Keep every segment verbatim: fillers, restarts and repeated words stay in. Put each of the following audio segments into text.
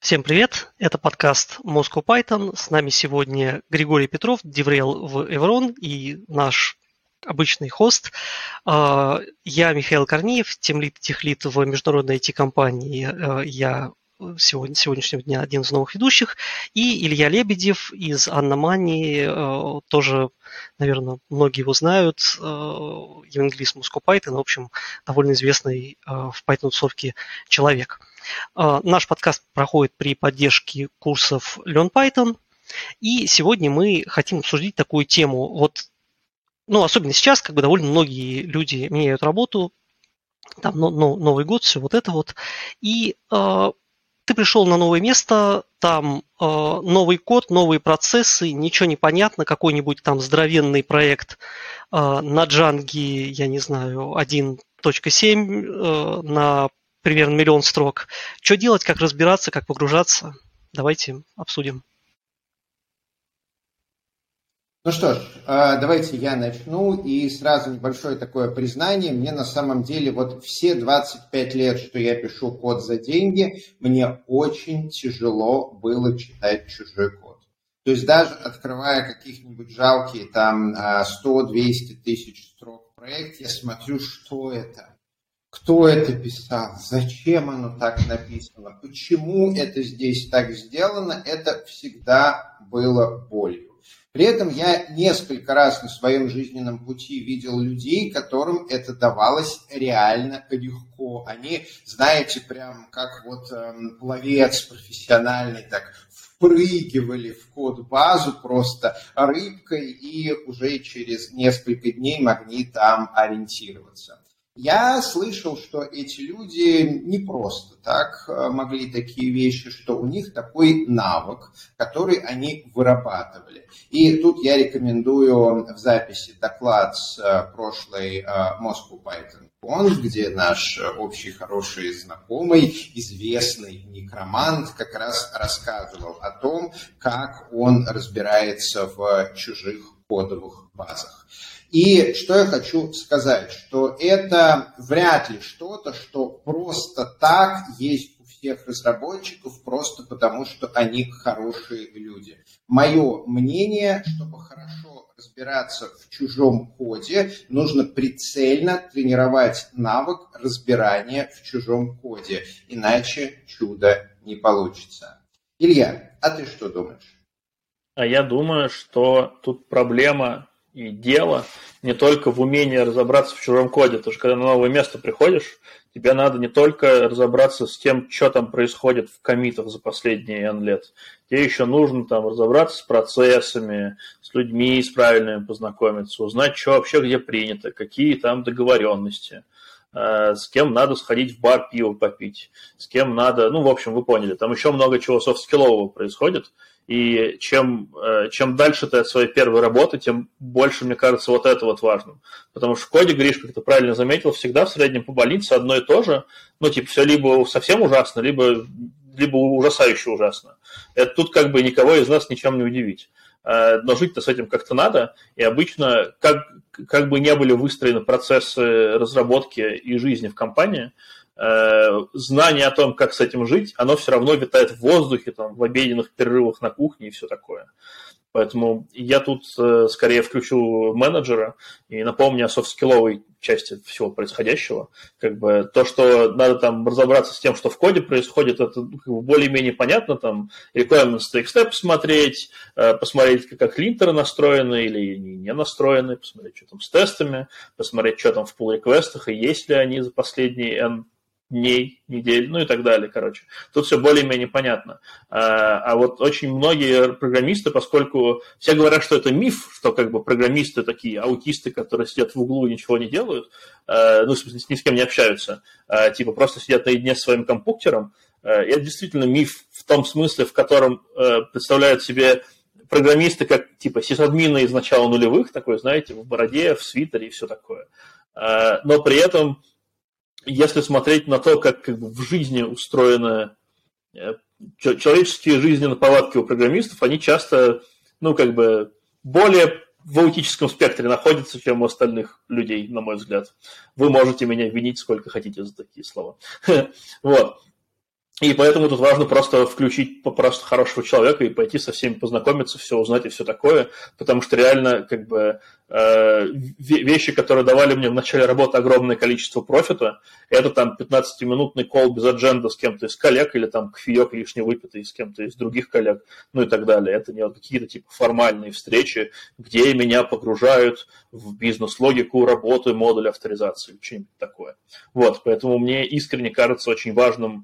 Всем привет! Это подкаст Moscow Python. С нами сегодня Григорий Петров, деврел в Evron и наш обычный хост. Я Михаил Корнеев, тимлид, техлид в международной ай ти-компании. Я сегодня, сегодняшнего дня один из новых ведущих. И Илья Лебедев из Anna Money, тоже, наверное, многие его знают, евангелист Moscow Python, в общем, довольно известный в Python-тусовке человек. Наш подкаст проходит при поддержке курсов Learn Python, и сегодня мы хотим обсудить такую тему. Вот, ну, особенно сейчас, как бы довольно многие люди меняют работу, там но, но, Новый год, все вот это вот, и э, ты пришел на новое место, там э, новый код, новые процессы, ничего не понятно, какой-нибудь там здоровенный проект э, на Django, я не знаю, один точка семь, э, на примерно миллион строк. Что делать, как разбираться, как погружаться? Давайте обсудим. Ну что ж, давайте я начну. И сразу небольшое такое признание. Мне на самом деле вот все двадцать пять лет, что я пишу код за деньги, мне очень тяжело было читать чужой код. То есть даже открывая каких-нибудь жалкие там сто-двести тысяч строк в проекте, я смотрю, что это. Кто это писал? Зачем оно так написано? Почему это здесь так сделано? Это всегда было болью. При этом я несколько раз на своем жизненном пути видел людей, которым это давалось реально легко. Они, знаете, прям как вот эм, пловец профессиональный, так впрыгивали в код-базу просто рыбкой и уже через несколько дней могли там ориентироваться. Я слышал, что эти люди не просто так могли такие вещи, что у них такой навык, который они вырабатывали. И тут я рекомендую в записи доклад с прошлой Moscow Python Conf, где наш общий хороший знакомый, известный некромант, как раз рассказывал о том, как он разбирается в чужих кодовых базах. И что я хочу сказать, что это вряд ли что-то, что просто так есть у всех разработчиков, просто потому что они хорошие люди. Мое мнение, чтобы хорошо разбираться в чужом коде, нужно прицельно тренировать навык разбирания в чужом коде, иначе чудо не получится. Илья, а ты что думаешь? А я думаю, что тут проблема и дело не только в умении разобраться в чужом коде, потому что когда на новое место приходишь, тебе надо не только разобраться с тем, что там происходит в коммитах за последние N лет, тебе еще нужно там разобраться с процессами, с людьми, с правильными познакомиться, узнать, что вообще где принято, какие там договоренности, с кем надо сходить в бар пиво попить, с кем надо, ну, в общем, вы поняли, там еще много чего софт-скиллового происходит. И чем, чем дальше ты от своей первой работы, тем больше, мне кажется, вот это вот важным. Потому что в коде, Гриш, как ты правильно заметил, всегда в среднем по больнице одно и то же. Ну, типа, все либо совсем ужасно, либо, либо ужасающе ужасно. Это тут как бы никого из нас ничем не удивить. Но жить-то с этим как-то надо. И обычно, как, как бы не были выстроены процессы разработки и жизни в компании, знание о том, как с этим жить, оно все равно витает в воздухе, там, в обеденных перерывах на кухне и все такое. Поэтому я тут э, скорее включу менеджера и напомню о софт-скилловой части всего происходящего. Как бы то, что надо там разобраться с тем, что в коде происходит, это как бы более-менее понятно. Там requirements.txt посмотреть, э, посмотреть, как линтеры настроены или не настроены, посмотреть, что там с тестами, посмотреть, что там в pull-реквестах и есть ли они за последние N дней, недель, ну и так далее, короче. Тут все более-менее понятно. А, а вот очень многие программисты, поскольку все говорят, что это миф, что как бы программисты такие аутисты, которые сидят в углу и ничего не делают, а, ну, в смысле, ни с кем не общаются, а, типа просто сидят наедине с своим компьютером, а, это действительно миф в том смысле, в котором а, представляют себе программисты как типа сисадмины из начала нулевых, такой, знаете, в бороде, в свитере и все такое. А, но при этом если смотреть на то, как, как бы в жизни устроены человеческие жизненные повадки у программистов, они часто, ну, как бы, более в аутическом спектре находятся, чем у остальных людей, на мой взгляд. Вы можете меня винить сколько хотите за такие слова. Вот. И поэтому тут важно просто включить просто хорошего человека и пойти со всеми познакомиться, все узнать и все такое, потому что реально как бы э, вещи, которые давали мне в начале работы огромное количество профита, это там пятнадцатиминутный колл без адженда с кем-то из коллег или там кофеек лишний выпитый с кем-то из других коллег, ну и так далее. Это не вот какие-то типа формальные встречи, где меня погружают в бизнес-логику работы модуля авторизации, что-нибудь такое. Вот, поэтому мне искренне кажется очень важным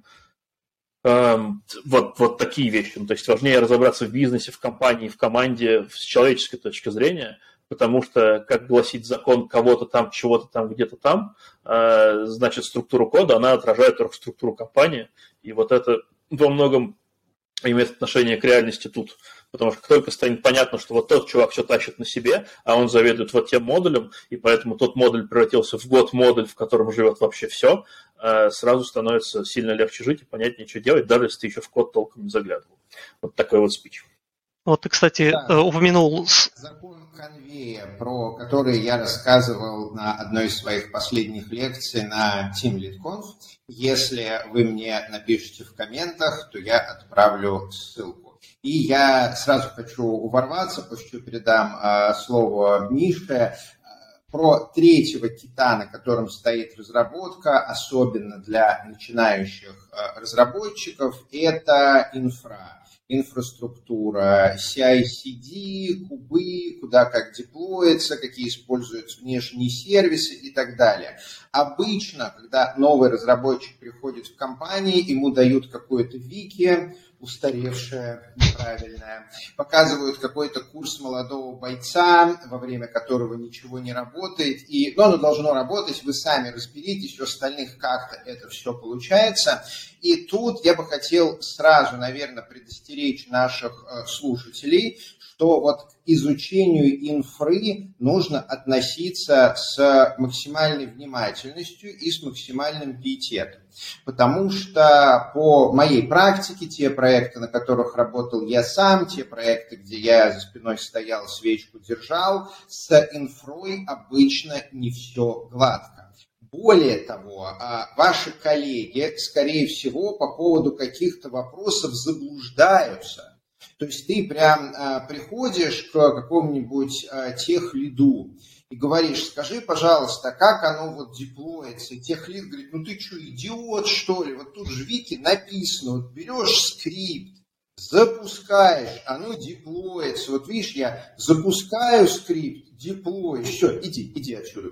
Вот, вот такие вещи. Ну, то есть важнее разобраться в бизнесе, в компании, в команде с человеческой точки зрения, потому что, как гласит закон кого-то там, чего-то там, где-то там, э, значит, структура кода, она отражает только структуру компании, и вот это во многом имеет отношение к реальности тут. Потому что как только станет понятно, что вот тот чувак все тащит на себе, а он заведует вот тем модулем, и поэтому тот модуль превратился в год-модуль, в котором живет вообще все, сразу становится сильно легче жить и понятнее, что делать, даже если ты еще в код толком не заглядывал. Вот такой вот спич. Вот ты, кстати, да. упомянул... Закон конвея, про который я рассказывал на одной из своих последних лекций на TeamLead.conf. Если вы мне напишите в комментах, то я отправлю ссылку. И я сразу хочу ворваться, после чего передам э, слово Мише, э, про третьего кита, на котором стоит разработка, особенно для начинающих э, разработчиков, это инфра. Инфраструктура, си ай си ди, кубы, куда как деплоится, какие используются внешние сервисы и так далее. Обычно, когда новый разработчик приходит в компанию, ему дают какое-то вики, устаревшее, неправильное, показывают какой-то курс молодого бойца, во время которого ничего не работает, и, но оно должно работать, вы сами разберитесь, у остальных как-то это все получается. И тут я бы хотел сразу, наверное, предостеречь наших слушателей, что вот к изучению инфры нужно относиться с максимальной внимательностью и с максимальным пиететом. Потому что по моей практике, те проекты, на которых работал я сам, те проекты, где я за спиной стоял, свечку держал, с инфрой обычно не все гладко. Более того, ваши коллеги, скорее всего, по поводу каких-то вопросов заблуждаются. То есть ты прям приходишь к какому-нибудь техлиду и говоришь: скажи, пожалуйста, как оно вот деплоится? И техлид говорит: ну ты что, идиот, что ли? Вот тут же в вики написано, вот берешь скрипт, запускаешь, оно деплоится. Вот видишь, я запускаю скрипт, деплою, все, иди, иди отсюда.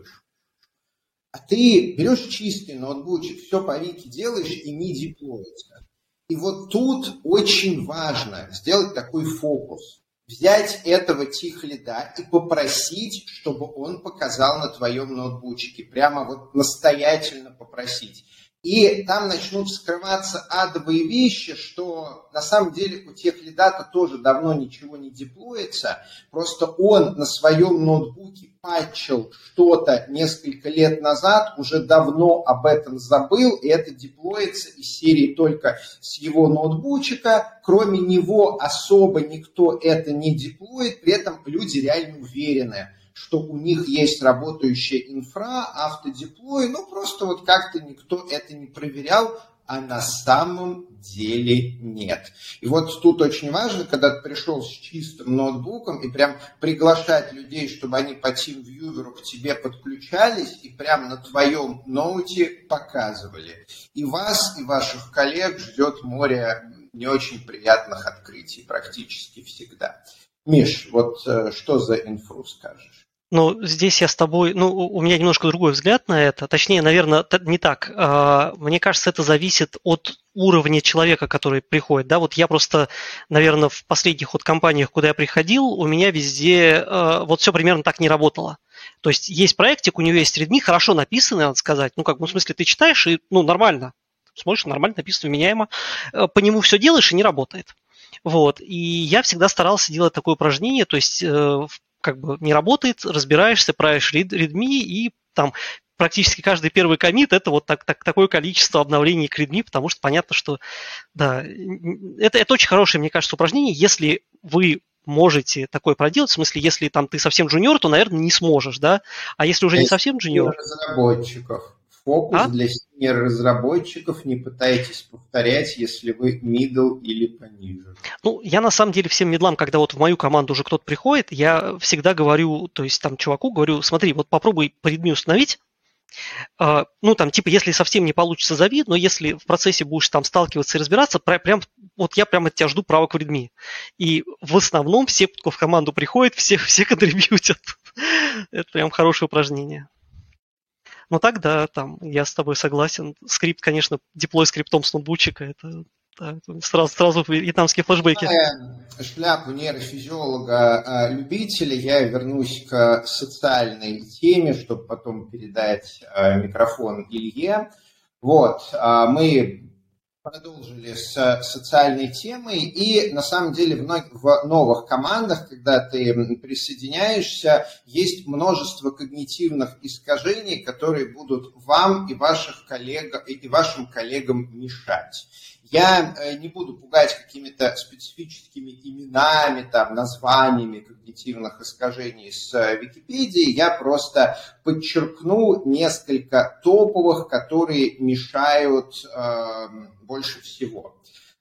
А ты берешь чистый ноутбучик, все по вики делаешь и не деплоится. И вот тут очень важно сделать такой фокус. Взять этого техлида и попросить, чтобы он показал на твоем ноутбучике. Прямо вот настоятельно попросить. И там начнут скрываться адовые вещи, что на самом деле у техлида-то тоже давно ничего не деплоится. Просто он на своем ноутбуке патчил что-то несколько лет назад, уже давно об этом забыл, и это деплоится из серии только с его ноутбучика. Кроме него особо никто это не деплоит, при этом люди реально уверены, что у них есть работающая инфра, автодеплой, ну просто вот как-то никто это не проверял, а на самом деле нет. И вот тут очень важно, когда ты пришел с чистым ноутбуком и прям приглашать людей, чтобы они по TeamViewer к тебе подключались и прям на твоем ноуте показывали. И вас, и ваших коллег ждет море не очень приятных открытий практически всегда. Миш, вот что за инфру скажешь? Ну, здесь я с тобой, ну, у меня немножко другой взгляд на это, точнее, наверное, не так. Мне кажется, это зависит от уровня человека, который приходит, да, вот я просто, наверное, в последних вот компаниях, куда я приходил, у меня везде вот все примерно так не работало. То есть есть проектик, у него есть редми, хорошо написанный, надо сказать, ну, как бы, в смысле, ты читаешь и, ну, нормально, смотришь, нормально написано, вменяемо, по нему все делаешь и не работает. Вот, и я всегда старался делать такое упражнение, то есть как бы не работает, разбираешься, правишь редми, и там практически каждый первый коммит это вот так, так, такое количество обновлений к редми, потому что понятно, что да, это, это очень хорошее, мне кажется, упражнение. Если вы можете такое проделать, в смысле, если там ты совсем джуниор, то, наверное, не сможешь, да, а если уже не совсем джуниор... разработчиков. Фокус А? для синьор-разработчиков, не пытайтесь повторять, если вы middle или пониже. Ну, я на самом деле всем медлам, когда вот в мою команду уже кто-то приходит, я всегда говорю, то есть там чуваку говорю, смотри, вот попробуй по readme установить, а, ну, там, типа, если совсем не получится, зови, но если в процессе будешь там сталкиваться и разбираться, пр- прям, вот я прям от тебя жду права к readme. И в основном все, кто в команду приходит, все, все контрибьютят. Это прям хорошее упражнение. Ну так, да, там, я с тобой согласен. Скрипт, конечно, деплой скриптом с ноутбучика, это, да, это сразу, сразу вьетнамские флешбеки. Зная шляпу нейрофизиолога-любителя, я вернусь к социальной теме, чтобы потом передать э, микрофон Илье. Вот, э, мы продолжили с социальной темой, и на самом деле в, многих, в новых командах, когда ты присоединяешься, есть множество когнитивных искажений, которые будут вам и, ваших коллег, и вашим коллегам мешать. Я не буду пугать какими-то специфическими именами, там, названиями когнитивных искажений с Википедии, я просто подчеркну несколько топовых, которые мешают э, больше всего.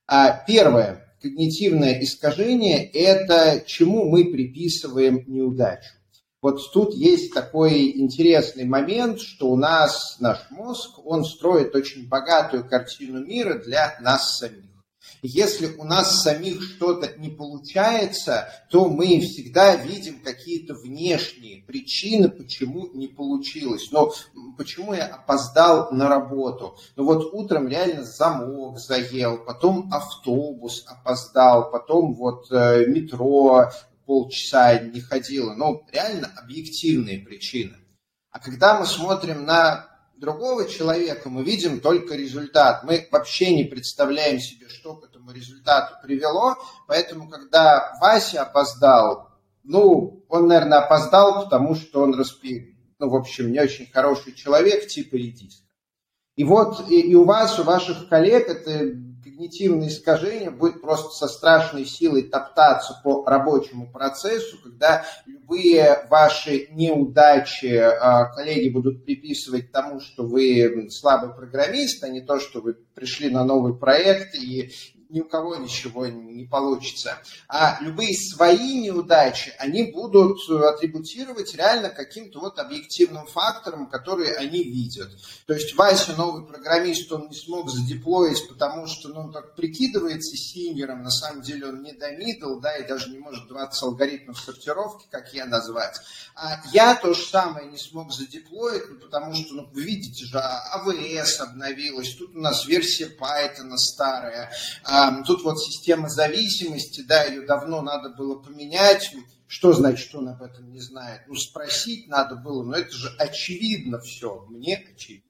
Первое когнитивное искажение – это чему мы приписываем неудачу. Вот тут есть такой интересный момент, что у нас наш мозг, он строит очень богатую картину мира для нас самих. Если у нас самих что-то не получается, то мы всегда видим какие-то внешние причины, почему не получилось. Но почему я опоздал на работу? Ну вот утром реально замок заел, потом автобус опоздал, потом вот э, метро полчаса не ходила. Ну, реально объективные причины. А когда мы смотрим на другого человека, мы видим только результат. Мы вообще не представляем себе, что к этому результату привело. Поэтому, когда Вася опоздал, ну, он, наверное, опоздал, потому что он распи... ну, в общем, не очень хороший человек, типа редиска. И вот и, и у вас, у ваших коллег это когнитивное искажение будет просто со страшной силой топтаться по рабочему процессу, когда любые ваши неудачи э, коллеги будут приписывать тому, что вы слабый программист, а не то, что вы пришли на новый проект и ни у кого ничего не получится. А любые свои неудачи, они будут атрибутировать реально каким-то вот объективным фактором, который они видят. То есть Вася, новый программист, он не смог задеплоить, потому что ну, он так прикидывается синьором, на самом деле он не домидл, да, и даже не может двадцать алгоритмов сортировки, как я, назвать. А я то же самое не смог задеплоить, ну, потому что, ну, вы видите же, эй ви эс обновилась, тут у нас версия Python старая, тут вот система зависимости, да, ее давно надо было поменять. Что значит, что он об этом не знает? Ну, спросить надо было, но это же очевидно все, мне очевидно.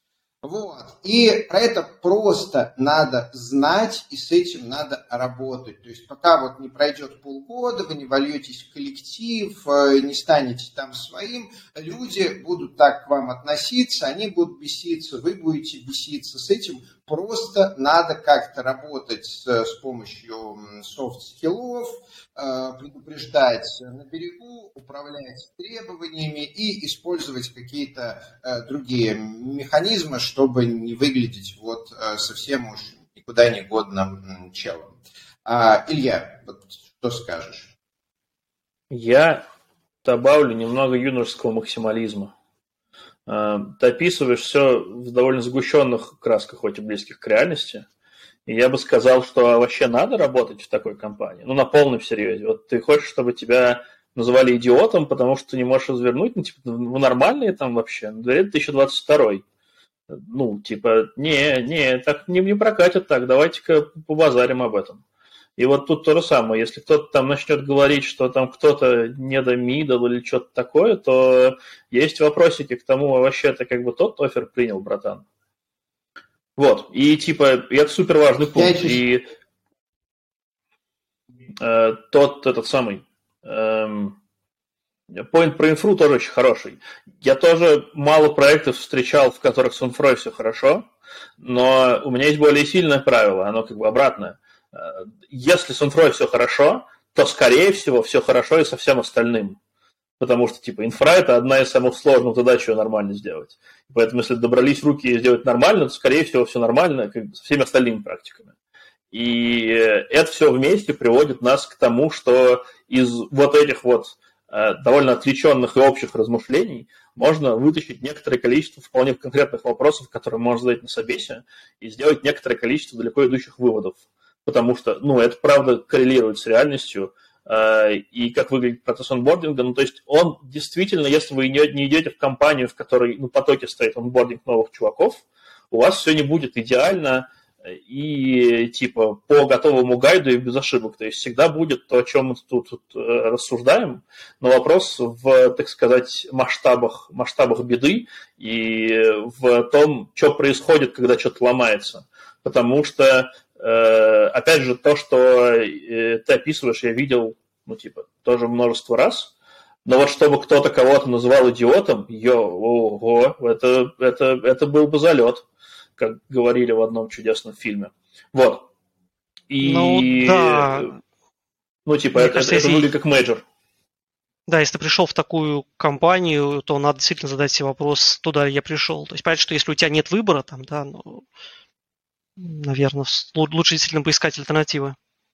Вот. И про это просто надо знать, и с этим надо работать. То есть пока вот не пройдет полгода, вы не вольетесь в коллектив, не станете там своим, люди будут так к вам относиться, они будут беситься, вы будете беситься. С этим просто надо как-то работать с, с помощью софт-скиллов, предупреждать на берегу, управлять требованиями и использовать какие-то другие механизмы, чтобы не выглядеть вот совсем уж никуда не годным челом. А, Илья, вот что скажешь? Я добавлю немного юношеского максимализма. Ты описываешь все в довольно сгущенных красках, хоть и близких к реальности. И я бы сказал, что вообще надо работать в такой компании. Ну, на полном серьезе. Вот ты хочешь, чтобы тебя называли идиотом, потому что ты не можешь развернуть, ну, типа, вы нормальные там вообще? На дворе две тысячи двадцать второй. Ну, типа, не, не, так не, не прокатит так, давайте-ка побазарим об этом. И вот тут то же самое, если кто-то там начнет говорить, что там кто-то не домидл или что-то такое, то есть вопросики к тому, а вообще ты как бы тот оффер принял, братан. Вот, и типа, и это супер важный пункт. И э, тот, этот самый, эм, поинт про инфру тоже очень хороший. Я тоже мало проектов встречал, в которых с инфрой все хорошо, но у меня есть более сильное правило, оно как бы обратное. Если с инфрой все хорошо, то, скорее всего, все хорошо и со всем остальным. Потому что, типа, инфра – это одна из самых сложных задач ее нормально сделать. Поэтому, если добрались руки ее сделать нормально, то, скорее всего, все нормально, как со всеми остальными практиками. И это все вместе приводит нас к тому, что из вот этих вот довольно отвлеченных и общих размышлений можно вытащить некоторое количество вполне конкретных вопросов, которые можно задать на собесе, и сделать некоторое количество далеко идущих выводов. Потому что, ну, это правда коррелирует с реальностью, и как выглядит процесс онбординга. Ну, то есть он действительно, если вы не идете в компанию, в которой на потоке стоит онбординг новых чуваков, у вас все не будет идеально и типа по готовому гайду и без ошибок. То есть всегда будет то, о чем мы тут, тут рассуждаем, но вопрос в, так сказать, масштабах, масштабах беды и в том, что происходит, когда что-то ломается. Потому что опять же, то, что ты описываешь, я видел, ну, типа, тоже множество раз, но вот чтобы кто-то кого-то называл идиотом, йо, ого, это, это, это был бы залет, как говорили в одном чудесном фильме. Вот. И, ну, да. Ну, типа, это, кажется, это если... выглядит как мейджор. Да, если ты пришел в такую компанию, то надо действительно задать себе вопрос, туда ли я пришел. То есть понятно, что если у тебя нет выбора, там, да, ну... Наверное, лучше действительно поискать альтернативы.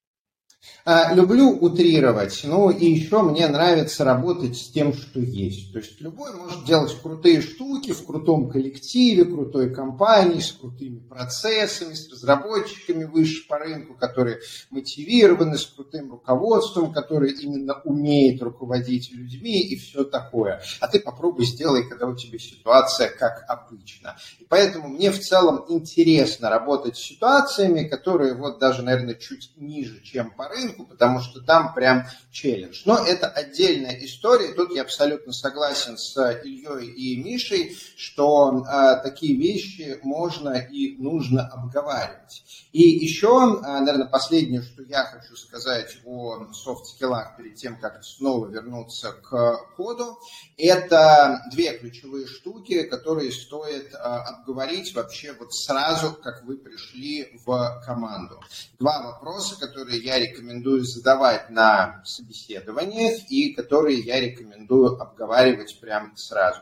Люблю утрировать, ну и еще мне нравится работать с тем, что есть. То есть любой может делать крутые штуки в крутом коллективе, крутой компании, с крутыми процессами, с разработчиками выше по рынку, которые мотивированы, с крутым руководством, которое именно умеет руководить людьми и все такое. А ты попробуй сделай, когда у тебя ситуация как обычно. И поэтому мне в целом интересно работать с ситуациями, которые вот даже, наверное, чуть ниже, чем по рынку, потому что там прям челлендж. Но это отдельная история. Тут я абсолютно согласен с Ильей и Мишей, что а, такие вещи можно и нужно обговаривать. И еще, а, наверное, последнее, что я хочу сказать о софт-скиллах перед тем, как снова вернуться к коду, это две ключевые штуки, которые стоит а, обговорить вообще вот сразу, как вы пришли в команду. Два вопроса, которые я рекомендую задавать на собеседованиях и которые я рекомендую обговаривать прямо сразу.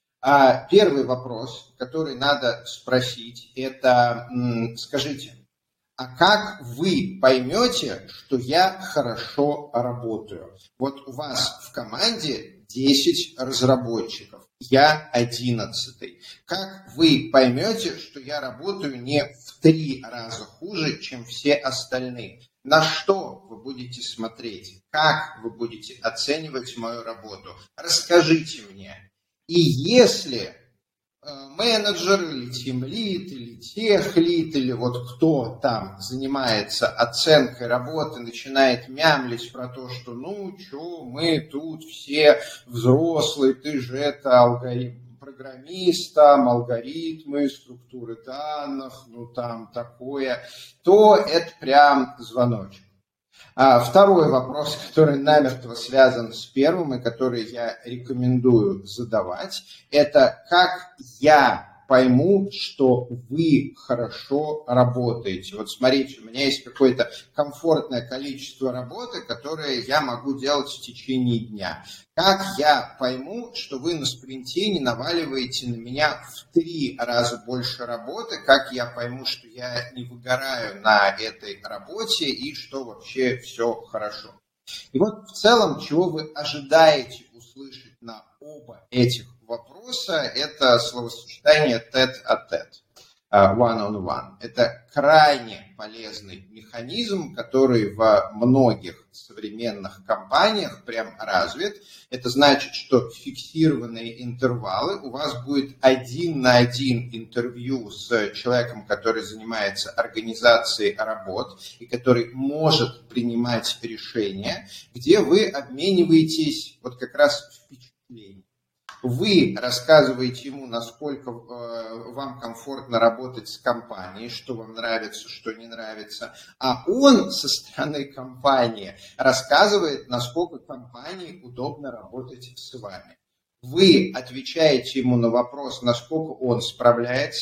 А первый вопрос, который надо спросить, это скажите, а как вы поймете, что я хорошо работаю? Вот у вас в команде десять разработчиков, я одиннадцатый. Как вы поймете, что я работаю не в три раза хуже, чем все остальные? На что вы будете смотреть? Как вы будете оценивать мою работу? Расскажите мне. И если менеджер или тимлид, или техлид, или вот кто там занимается оценкой работы, начинает мямлить про то, что ну, что мы тут все взрослые, ты же это алгоритм, программист, там алгоритмы, структуры данных, ну там такое, то это прям звоночек. А второй вопрос, который намертво связан с первым и который я рекомендую задавать, это как я пойму, что вы хорошо работаете. Вот смотрите, у меня есть какое-то комфортное количество работы, которое я могу делать в течение дня. Как я пойму, что вы на спринте не наваливаете на меня в три раза больше работы? Как я пойму, что я не выгораю на этой работе и что вообще все хорошо? И вот в целом, чего вы ожидаете услышать на оба этих вопроса, это словосочетание tête-à-tête, one-on-one. Это крайне полезный механизм, который в многих современных компаниях прям развит. Это значит, что фиксированные интервалы, у вас будет один на один интервью с человеком, который занимается организацией работ и который может принимать решения, где вы обмениваетесь вот как раз впечатлениями. Вы рассказываете ему, насколько э, вам комфортно работать с компанией, что вам нравится, что не нравится, а он со стороны компании рассказывает, насколько компании удобно работать с вами. Вы отвечаете ему на вопрос, насколько он справляется,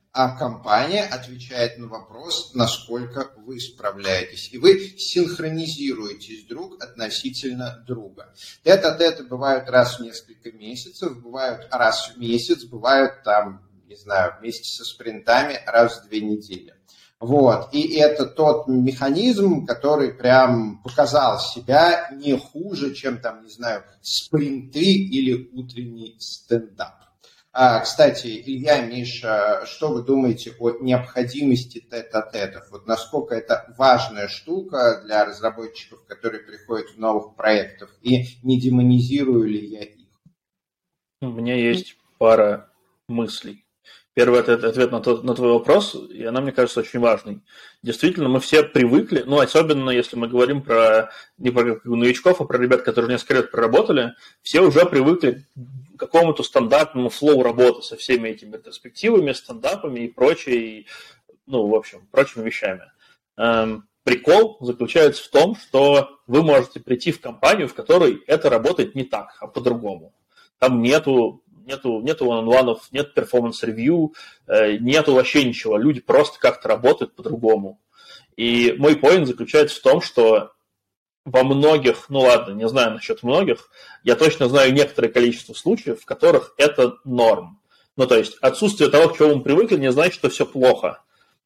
а компания отвечает на вопрос, насколько вы справляетесь. И вы синхронизируетесь друг относительно друга. Тет-а-теты бывают раз в несколько месяцев, бывают раз в месяц, бывают там, не знаю, вместе со спринтами раз в две недели. Вот. И это тот механизм, который прям показал себя не хуже, чем там, не знаю, спринты или утренний стендап. А, кстати, Илья, Миша, что вы думаете о необходимости тет-а-тетов? Вот насколько это важная штука для разработчиков, которые приходят в новых проектах, и не демонизирую ли я их? У меня есть пара мыслей. Первый ответ на, тот, на твой вопрос, и она, мне кажется, очень важный. Действительно, мы все привыкли, ну, особенно если мы говорим про не про новичков, а про ребят, которые несколько лет проработали, все уже привыкли к какому-то стандартному флоу работы со всеми этими ретроспективами, стендапами и прочей, ну, в общем, прочими вещами. Эм, прикол заключается в том, что вы можете прийти в компанию, в которой это работает не так, а по-другому. Там нету Нету, нету one-on-one, нет перформанс-ревью, нету вообще ничего. Люди просто как-то работают по-другому. И мой поинт заключается в том, что во многих, ну ладно, не знаю насчет многих, я точно знаю некоторое количество случаев, в которых это норм. Ну, то есть отсутствие того, к чему мы привыкли, не значит, что все плохо.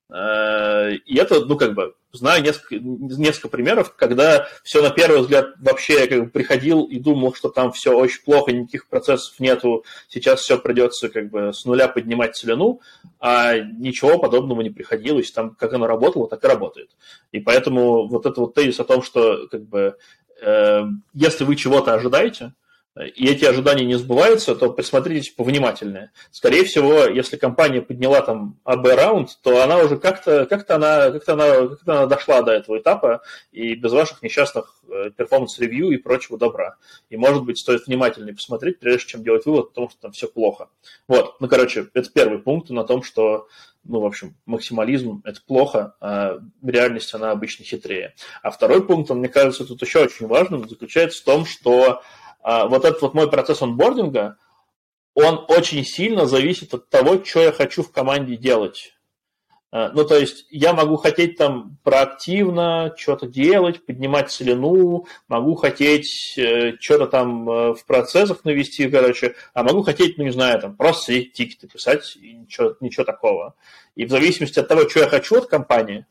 И это, ну, как бы, знаю несколько, несколько примеров, когда все на первый взгляд вообще я как бы приходил и думал, что там все очень плохо, никаких процессов нету, сейчас все придется как бы с нуля поднимать целину, а ничего подобного не приходилось, там как оно работало, так и работает. И поэтому вот этот вот тезис о том, что как бы э, если вы чего-то ожидаете, и эти ожидания не сбываются, то присмотритесь повнимательнее. Скорее всего, если компания подняла там эй би-раунд, то она уже как-то, как-то, она, как-то, она, как-то она дошла до этого этапа, и без ваших несчастных перформанс-ревью и прочего добра. И, может быть, стоит внимательнее посмотреть, прежде чем делать вывод о том, что там все плохо. Вот, ну, короче, это первый пункт на том, что, ну, в общем, максимализм – это плохо, а реальность, она обычно хитрее. А второй пункт, он, мне кажется, тут еще очень важным, заключается в том, что вот этот вот мой процесс онбординга, он очень сильно зависит от того, что я хочу в команде делать. Ну, то есть я могу хотеть там проактивно что-то делать, поднимать целину, могу хотеть что-то там в процессах навести, короче, а могу хотеть, ну, не знаю, там просто сидеть тикеты писать, и ничего, ничего такого. И в зависимости от того, что я хочу от компании,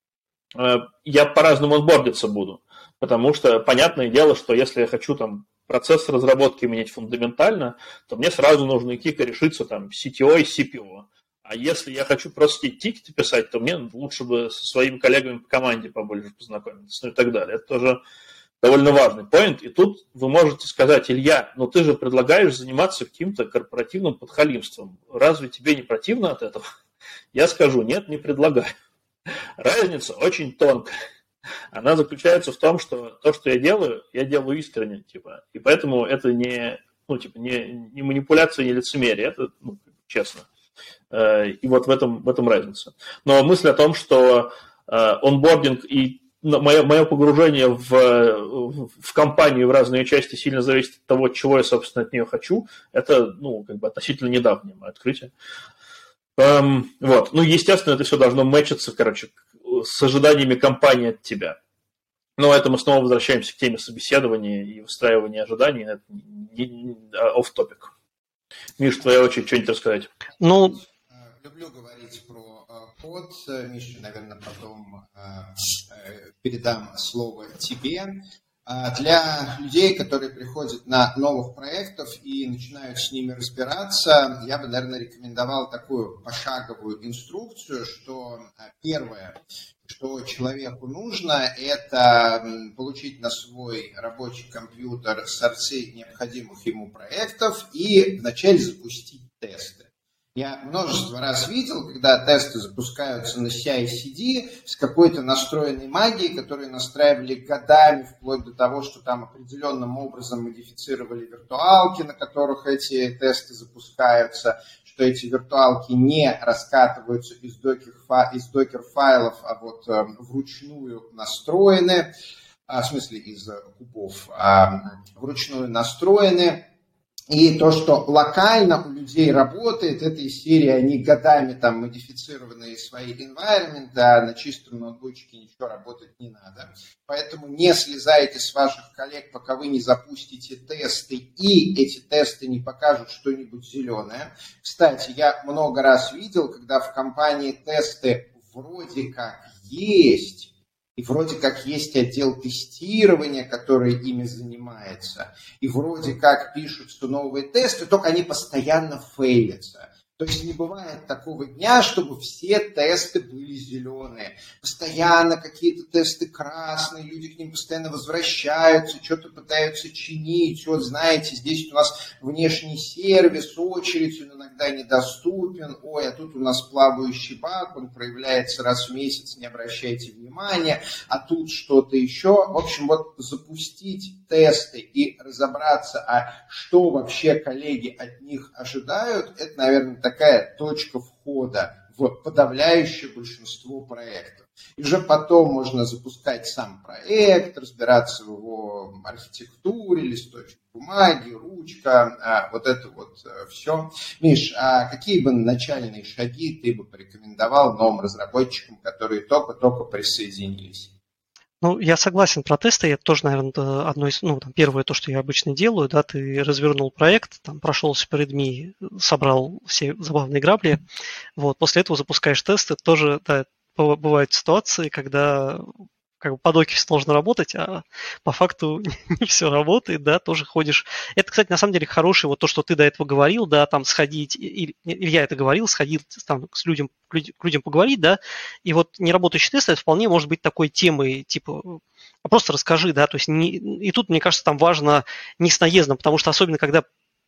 я по-разному онбордиться буду. Потому что, понятное дело, что если я хочу там процесс разработки менять фундаментально, то мне сразу нужно идти решиться там си ти о и си пи о. А если я хочу просто тикеты писать, то мне лучше бы со своими коллегами по команде побольше познакомиться, ну и так далее. Это тоже довольно важный поинт. И тут вы можете сказать: Илья, ну ты же предлагаешь заниматься каким-то корпоративным подхалимством. Разве тебе не противно от этого? Я скажу: нет, не предлагаю. Разница очень тонкая. Она заключается в том, что то, что я делаю, я делаю искренне, типа, и поэтому это не, ну, типа, не, не манипуляция, не лицемерие, это, ну, честно. И вот в этом, в этом разница. Но мысль о том, что онбординг и мое, мое погружение в, в компанию, в разные части сильно зависит от того, чего я, собственно, от нее хочу, это, ну, как бы относительно недавнее мое открытие. Вот. Ну, естественно, это все должно мэчиться, короче, с ожиданиями компании от тебя. Но это мы снова возвращаемся к теме собеседования и выстраивания ожиданий. Это off-topic. Миш, твоя очередь, что-нибудь рассказать? Ну, люблю говорить про код. Миша, наверное, потом передам слово тебе. Для людей, которые приходят на новых проектов и начинают с ними разбираться, я бы, наверное, рекомендовал такую пошаговую инструкцию, что первое, что человеку нужно, это получить на свой рабочий компьютер сорцы необходимых ему проектов и вначале запустить тесты. Я множество раз видел, когда тесты запускаются на си ай си ди с какой-то настроенной магией, которые настраивали годами, вплоть до того, что там определенным образом модифицировали виртуалки, на которых эти тесты запускаются, что эти виртуалки не раскатываются из докер-файлов, а вот вручную настроены, в смысле из кубов, а вручную настроены. И то, что локально у людей работает, это из серии, они годами там модифицированные свои environment, а на чистом ноутбучке ничего работать не надо. Поэтому не слезайте с ваших коллег, пока вы не запустите тесты, и эти тесты не покажут что-нибудь зеленое. Кстати, я много раз видел, когда в компании тесты вроде как есть, и вроде как есть отдел тестирования, который ими занимается, и вроде как пишутся новые тесты, только они постоянно фейлятся. То есть не бывает такого дня, чтобы все тесты были зеленые. Постоянно какие-то тесты красные, люди к ним постоянно возвращаются, что-то пытаются чинить. Вот знаете, здесь у нас внешний сервис, очередь, он иногда недоступен. Ой, а тут у нас плавающий баг, он проявляется раз в месяц, не обращайте внимания. А тут что-то еще. В общем, вот запустить тесты и разобраться, а что вообще коллеги от них ожидают, это, наверное, такая точка входа в подавляющее большинство проектов. И уже потом можно запускать сам проект, разбираться в его архитектуре, листочек бумаги, ручка, вот это вот все. Миш, а какие бы начальные шаги ты бы порекомендовал новым разработчикам, которые только-только присоединились? Ну, я согласен про тесты. Это тоже, наверное, одно из, ну, там, первое то, что я обычно делаю, да, ты развернул проект, там, прошелся по редми, собрал все забавные грабли, вот, после этого запускаешь тесты. Тоже, да, бывают ситуации, когда как бы по доке сложно работать, а по факту не все работает, да, тоже ходишь. Это, кстати, на самом деле хороший, вот то, что ты до этого говорил, да, там сходить, или, или я это говорил, сходить там с людям, к людям поговорить, да, и вот неработающий тест, это вполне может быть такой темой, типа, а просто расскажи, да, то есть не, и тут, мне кажется, там важно не с наездом, потому что особенно, когда,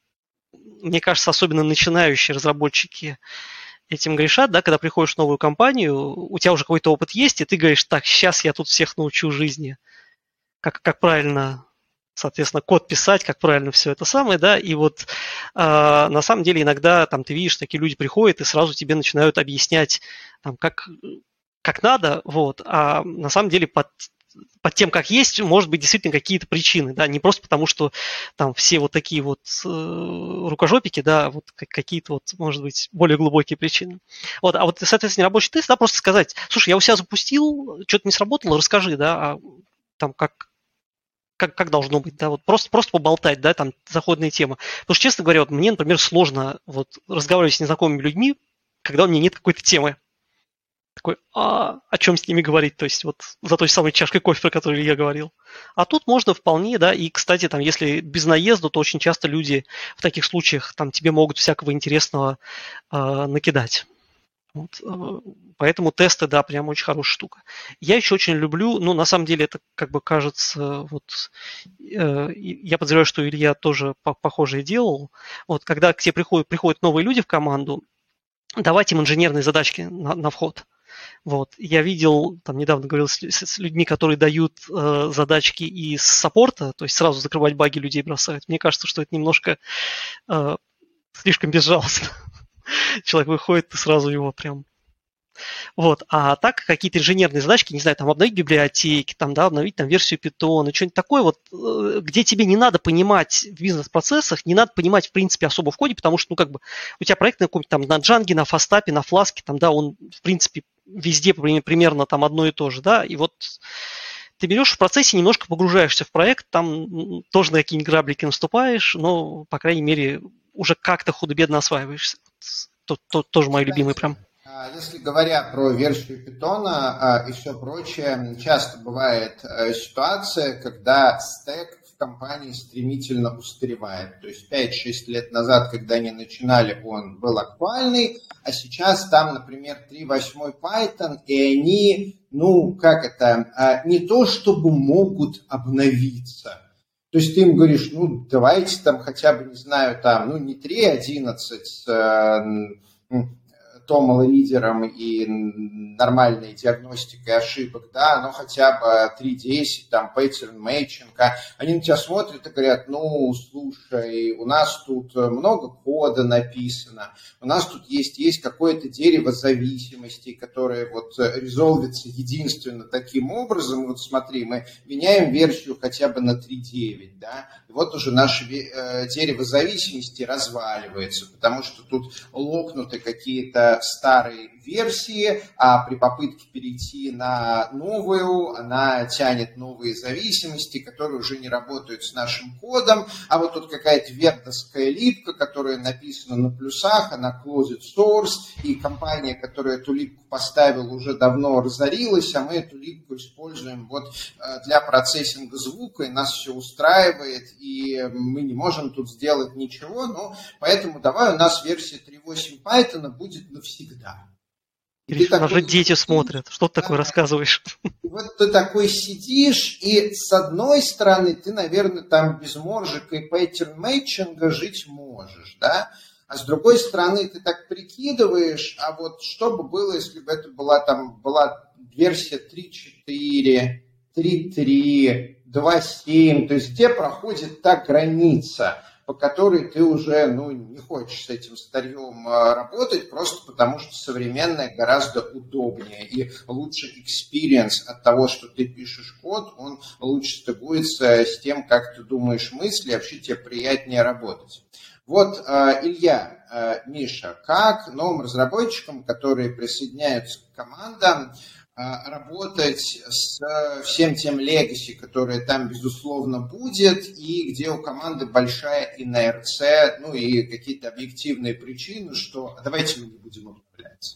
мне кажется, особенно начинающие разработчики этим грешат, да, когда приходишь в новую компанию, у тебя уже какой-то опыт есть, и ты говоришь, так, сейчас я тут всех научу жизни, как, как правильно, соответственно, код писать, как правильно все это самое, да, и вот э, на самом деле иногда там ты видишь, такие люди приходят и сразу тебе начинают объяснять, там, как, как надо, вот, а на самом деле под под тем, как есть, может быть, действительно какие-то причины, да, не просто потому, что там все вот такие вот э, рукожопики, да, вот какие-то вот, может быть, более глубокие причины. Вот, а вот, соответственно, рабочий тест, да, просто сказать, слушай, я у себя запустил, что-то не сработало, расскажи, да, а там как, как, как должно быть, да, вот просто, просто поболтать, да, там, заходная тема. Потому что, честно говоря, вот мне, например, сложно вот разговаривать с незнакомыми людьми, когда у меня нет какой-то темы. Такой, а о чем с ними говорить? То есть вот за той самой чашкой кофе, про которую я говорил. А тут можно вполне, да, и, кстати, там, если без наезда, то очень часто люди в таких случаях там тебе могут всякого интересного э, накидать. Вот, э, поэтому тесты, да, прям очень хорошая штука. Я еще очень люблю, ну, на самом деле, это как бы кажется, вот, э, я подозреваю, что Илья тоже похожее делал. Вот, когда к тебе приходят, приходят новые люди в команду, давать им инженерные задачки на, на вход. Вот. Я видел, там недавно говорил с, с людьми, которые дают э, задачки из саппорта, то есть сразу закрывать баги людей бросают. Мне кажется, что это немножко э, слишком безжалостно. Человек выходит, и сразу его прям... Вот. А так какие-то инженерные задачки, не знаю, там обновить библиотеки, там, да, обновить там версию Python, что-нибудь такое, вот, где тебе не надо понимать в бизнес-процессах, не надо понимать, в принципе, особо в коде, потому что, ну, как бы, у тебя проект на каком-нибудь там на Django, на Фастапе, на Flask, там, да, он, в принципе, везде примерно там одно и то же, да, и вот ты берешь в процессе, немножко погружаешься в проект, там тоже на какие-нибудь граблики наступаешь, но, по крайней мере, уже как-то худо-бедно осваиваешься. То, то, тоже мой любимый прям. Если говоря про версию Python и все прочее, часто бывает ситуация, когда стек в компании стремительно устаревает. То есть пять-шесть лет назад, когда они начинали, он был актуальный, а сейчас там, например, три восемь Python, и они, ну, как это, не то чтобы могут обновиться. То есть ты им говоришь, ну, давайте там хотя бы, не знаю, там, ну, не три одиннадцать, томл-ридером и нормальной диагностикой ошибок, да, но хотя бы три десять, там, паттерн мэйчинга, они на тебя смотрят и говорят, ну, слушай, у нас тут много кода написано, у нас тут есть, есть какое-то дерево зависимостей, которое вот резолвится единственно таким образом, вот смотри, мы меняем версию хотя бы на три девять, да, и вот уже наше дерево зависимости разваливается, потому что тут локнуты какие-то старые версии, а при попытке перейти на новую, она тянет новые зависимости, которые уже не работают с нашим кодом, а вот тут какая-то вердовская липка, которая написана на плюсах, она closed source, и компания, которая эту липку поставила, уже давно разорилась, а мы эту липку используем вот для процессинга звука, и нас все устраивает, и мы не можем тут сделать ничего, но поэтому давай у нас версия три восемь Python будет навсегда. Гриш, у нас же дети смотрят. Что ты да, такое рассказываешь? Вот ты такой сидишь, и с одной стороны ты, наверное, там без моржика и паттерн-мэйчинга жить можешь, да? А с другой стороны ты так прикидываешь, а вот что бы было, если бы это была там была версия три четыре, три три, два семь, то есть где проходит та граница, по которой ты уже ну, не хочешь с этим старьем работать, просто потому что современное гораздо удобнее и лучше experience от того, что ты пишешь код, он лучше стыгуется с тем, как ты думаешь мысли, вообще тебе приятнее работать. Вот, Илья, Миша, как новым разработчикам, которые присоединяются к командам, работать с всем тем легаси, которое там, безусловно, будет, и где у команды большая инерция, ну и какие-то объективные причины, что давайте мы не будем обновляться.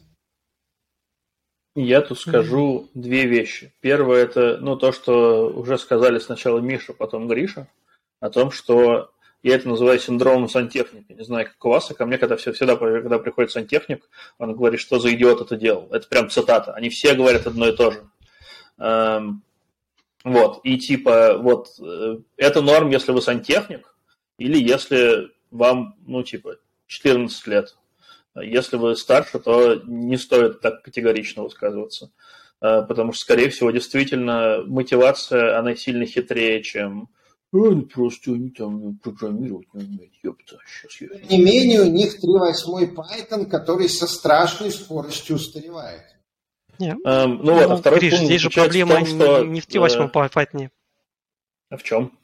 Я тут скажу mm-hmm. две вещи. Первое, это ну, то, что уже сказали сначала Миша, потом Гриша, о том, что я это называю синдромом сантехника. Не знаю, как у вас, а ко мне, когда все, всегда, когда приходит сантехник, он говорит, что за идиот это делал. Это прям цитата. Они все говорят одно и то же. Эм, вот. И типа, вот, это норм, если вы сантехник, или если вам, ну, типа, четырнадцать лет. Если вы старше, то не стоит так категорично высказываться. Э, потому что, скорее всего, действительно, мотивация, она сильно хитрее, чем... Они просто они там программировать не умеют, ёпта. Сейчас я... Тем не менее, у них три восемь Python, который со страшной скоростью устаревает. Нет. Um, ну, ну вот, а второй Гриш, пункт здесь же проблема в том, что... не в три восемь Python. А в чем?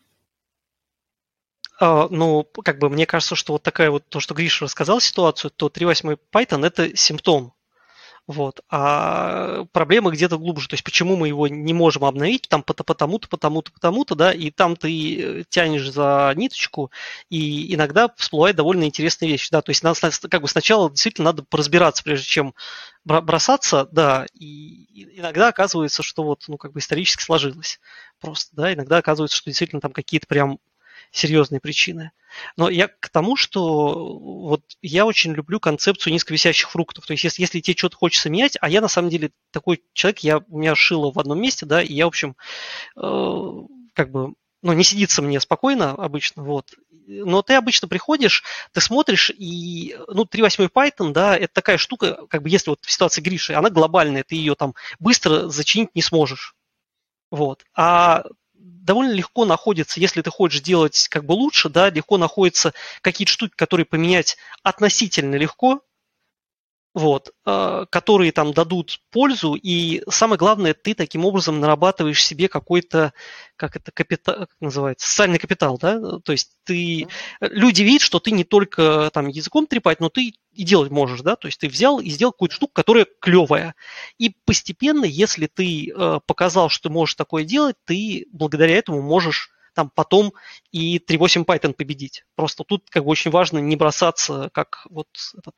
Uh, ну, как бы мне кажется, что вот такая вот, то, что Гриша рассказал ситуацию, то три восемь Python – это симптом. Вот. А проблема где-то глубже. То есть почему мы его не можем обновить, там потому-то, потому-то, потому-то, да, и там ты тянешь за ниточку, и иногда всплывает довольно интересная вещь, да, то есть надо, как бы сначала действительно надо поразбираться, прежде чем бросаться, да, и иногда оказывается, что вот, ну, как бы исторически сложилось просто, да, иногда оказывается, что действительно там какие-то прям серьезные причины. Но я к тому, что вот я очень люблю концепцию низковисящих фруктов. То есть если, если тебе что-то хочется менять, а я на самом деле такой человек, я, у меня шило в одном месте, да, и я, в общем, э, как бы, ну, не сидится мне спокойно обычно, вот. Но ты обычно приходишь, ты смотришь, и, ну, три восемь Python, да, это такая штука, как бы, если вот в ситуации Гриши, она глобальная, ты ее там быстро зачинить не сможешь. Вот. А довольно легко находится, если ты хочешь делать как бы лучше, да, легко находятся какие-то штуки, которые поменять относительно легко, вот, э, которые там дадут пользу, и самое главное, ты таким образом нарабатываешь себе какой-то, как это, капитал, как называется, социальный капитал, да, то есть ты, люди видят, что ты не только там языком трепать, но ты и делать можешь, да, то есть ты взял и сделал какую-то штуку, которая клевая, и постепенно, если ты э, показал, что ты можешь такое делать, ты благодаря этому можешь там потом и три восемь Python победить. Просто тут как бы очень важно не бросаться, как вот этот...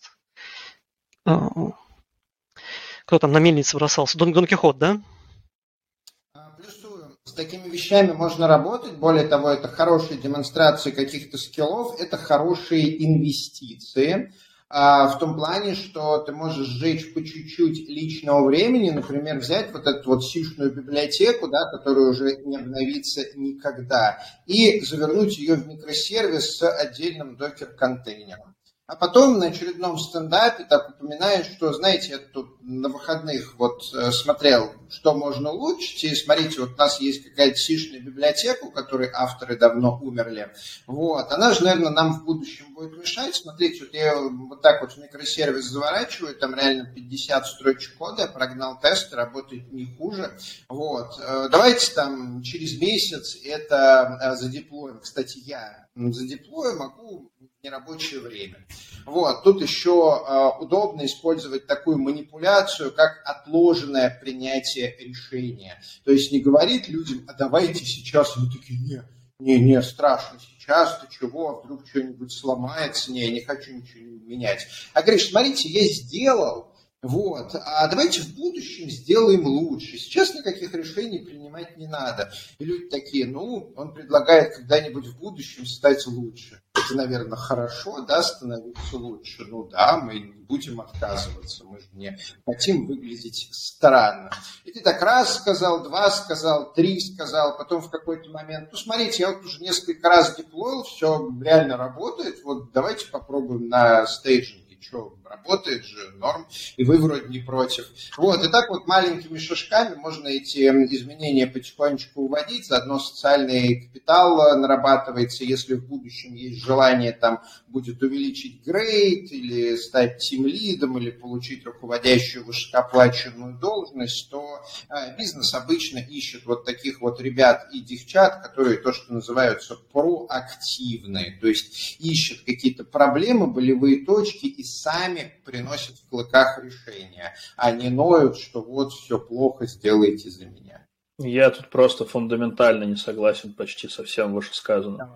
Кто там на мельнице бросался? Дон, Дон Кихот, да? Плюсую. С такими вещами можно работать. Более того, это хорошие демонстрации каких-то скиллов, это хорошие инвестиции. В том плане, что ты можешь сжечь по чуть-чуть личного времени, например, взять вот эту вот сишную библиотеку, да, которая уже не обновится никогда, и завернуть ее в микросервис с отдельным докер-контейнером. А потом на очередном стендапе так упоминаешь, что, знаете, я тут на выходных вот смотрел, что можно улучшить, и смотрите, вот у нас есть какая-то сишная библиотека, у которой авторы давно умерли, вот, она же, наверное, нам в будущем будет мешать. Смотрите, вот я вот так вот в микросервис заворачиваю, там реально пятьдесят строчек кода, я прогнал тесты, работает не хуже, вот. Давайте там через месяц это задеплоим. Кстати, я задеплою могу в нерабочее время. Вот. Тут еще э, удобно использовать такую манипуляцию, как отложенное принятие решения. То есть не говорит людям, а давайте сейчас, они такие, не, не, не, страшно сейчас, ты чего, вдруг что-нибудь сломается, не, я не хочу ничего менять. А говоришь, смотрите, я сделал, вот, а давайте в будущем сделаем лучше. Сейчас никаких решений принимать не надо. И люди такие, ну, он предлагает когда-нибудь в будущем стать лучше. Это, наверное, хорошо, да, становиться лучше. Ну да, мы не будем отказываться, мы же не хотим выглядеть странно. И ты так раз сказал, два сказал, три сказал, потом в какой-то момент, ну, смотрите, я вот уже несколько раз деплоил, все реально работает, вот давайте попробуем на стейджинге. Что, работает же, норм, и вы вроде не против. Вот, и так вот маленькими шажками можно эти изменения потихонечку уводить, заодно социальный капитал нарабатывается, если в будущем есть желание там будет увеличить грейд, или стать тимлидом, или получить руководящую высокооплачиваемую должность, то э, бизнес обычно ищет вот таких вот ребят и девчат, которые то, что называются проактивные, то есть ищут какие-то проблемы, болевые точки и сами приносят в клыках решения, а не ноют, что вот все плохо, сделайте за меня. Я тут просто фундаментально не согласен почти со всем вышесказанным.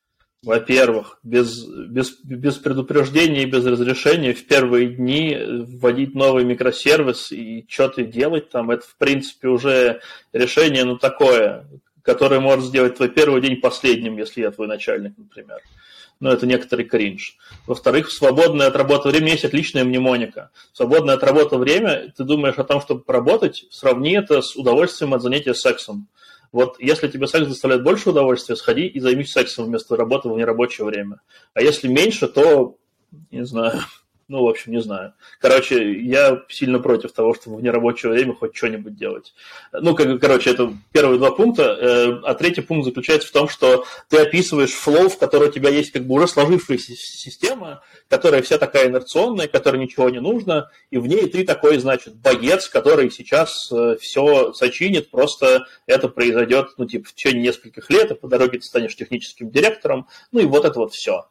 Во-первых, без, без, без предупреждения и без разрешения в первые дни вводить новый микросервис и что-то делать там, это в принципе уже решение, ну, такое, которое может сделать твой первый день последним, если я твой начальник, например. Но это некоторый кринж. Во-вторых, свободное от работы время есть отличная мнемоника. Свободное от работы время, ты думаешь о том, чтобы поработать, сравни это с удовольствием от занятия сексом. Вот если тебе секс доставляет больше удовольствия, сходи и займись сексом вместо работы в нерабочее время. А если меньше, то, не знаю, ну, в общем, не знаю. Короче, я сильно против того, чтобы в нерабочее время хоть что-нибудь делать. Ну, как, короче, это первые два пункта. А третий пункт заключается в том, что ты описываешь флоу, в которой у тебя есть как бы уже сложившаяся система, которая вся такая инерционная, которой ничего не нужно, и в ней ты такой, значит, боец, который сейчас все сочинит, просто это произойдет, ну, типа, в течение нескольких лет, и по дороге ты станешь техническим директором, ну, и вот это вот все.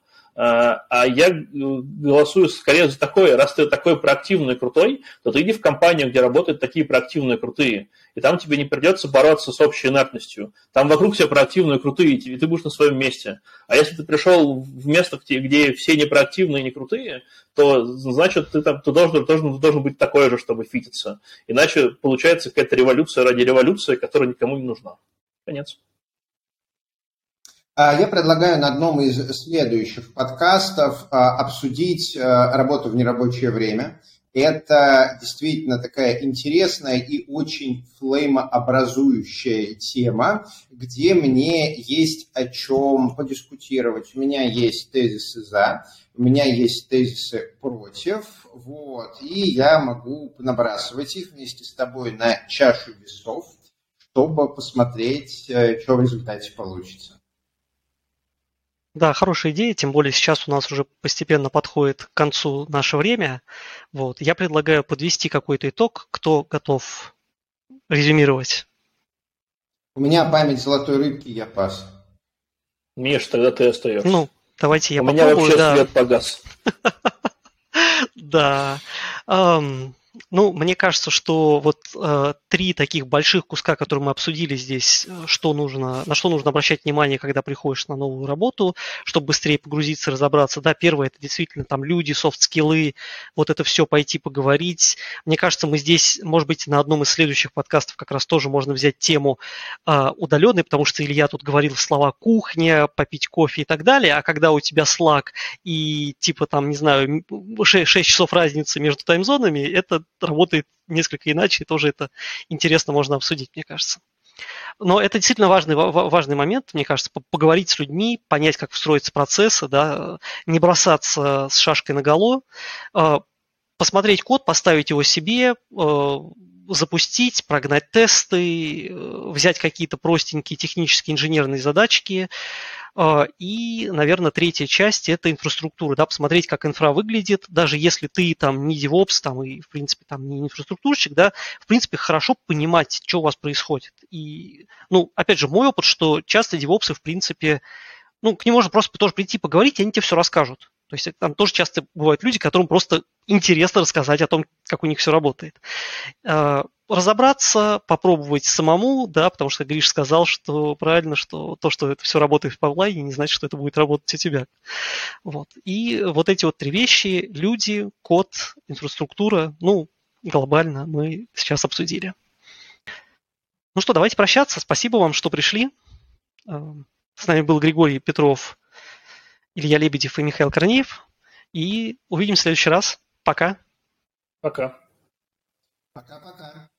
А я голосую скорее за такое, раз ты такой проактивный и крутой, то ты иди в компанию, где работают такие проактивные и крутые, и там тебе не придется бороться с общей инертностью. Там вокруг все проактивные и крутые, и ты будешь на своем месте. А если ты пришел в место, где все не проактивные и не крутые, то значит ты, там, ты, должен, должен, ты должен быть такой же, чтобы фититься. Иначе получается какая-то революция ради революции, которая никому не нужна. Конец. Я предлагаю на одном из следующих подкастов обсудить работу в нерабочее время. Это действительно такая интересная и очень флеймообразующая тема, где мне есть о чем подискутировать. У меня есть тезисы «за», у меня есть тезисы «против», вот, и я могу набрасывать их вместе с тобой на чашу весов, чтобы посмотреть, что в результате получится. Да, хорошая идея, тем более сейчас у нас уже постепенно подходит к концу наше время. Вот. Я предлагаю подвести какой-то итог, кто готов резюмировать. У меня память золотой рыбки, я пас. Миш, тогда ты остаешься. Ну, давайте я У попробую. меня вообще да. свет погас. Да. Ну, мне кажется, что вот э, три таких больших куска, которые мы обсудили здесь, что нужно, на что нужно обращать внимание, когда приходишь на новую работу, чтобы быстрее погрузиться, разобраться. Да, первое, это действительно там люди, софт-скиллы, вот это все пойти поговорить. Мне кажется, мы здесь, может быть, на одном из следующих подкастов как раз тоже можно взять тему э, удаленной, потому что Илья тут говорил слова кухня, попить кофе и так далее, а когда у тебя Slack и типа там, не знаю, шесть часов разницы между таймзонами, это работает несколько иначе, и тоже это интересно можно обсудить, мне кажется. Но это действительно важный, важный момент, мне кажется, поговорить с людьми, понять, как встроятся процессы, да, не бросаться с шашкой наголо, посмотреть код, поставить его себе, запустить, прогнать тесты, взять какие-то простенькие технические инженерные задачки. И, наверное, третья часть – это инфраструктура, да, посмотреть, как инфра выглядит, даже если ты там не DevOps, там, и, в принципе, там не инфраструктурщик, да, в принципе, хорошо понимать, что у вас происходит. И, ну, опять же, мой опыт, что часто DevOps, в принципе, ну, к ним можно просто тоже прийти поговорить, и они тебе все расскажут. То есть там тоже часто бывают люди, которым просто интересно рассказать о том, как у них все работает. Разобраться, попробовать самому, да, потому что Гриш сказал, что правильно, что то, что это все работает в павлайне, не значит, что это будет работать у тебя. Вот. И вот эти вот три вещи, люди, код, инфраструктура, ну, глобально мы сейчас обсудили. Ну что, давайте прощаться. Спасибо вам, что пришли. С нами был Григорий Петров, Илья Лебедев и Михаил Корнеев. И увидимся в следующий раз. Пока. Пока. Пока-пока.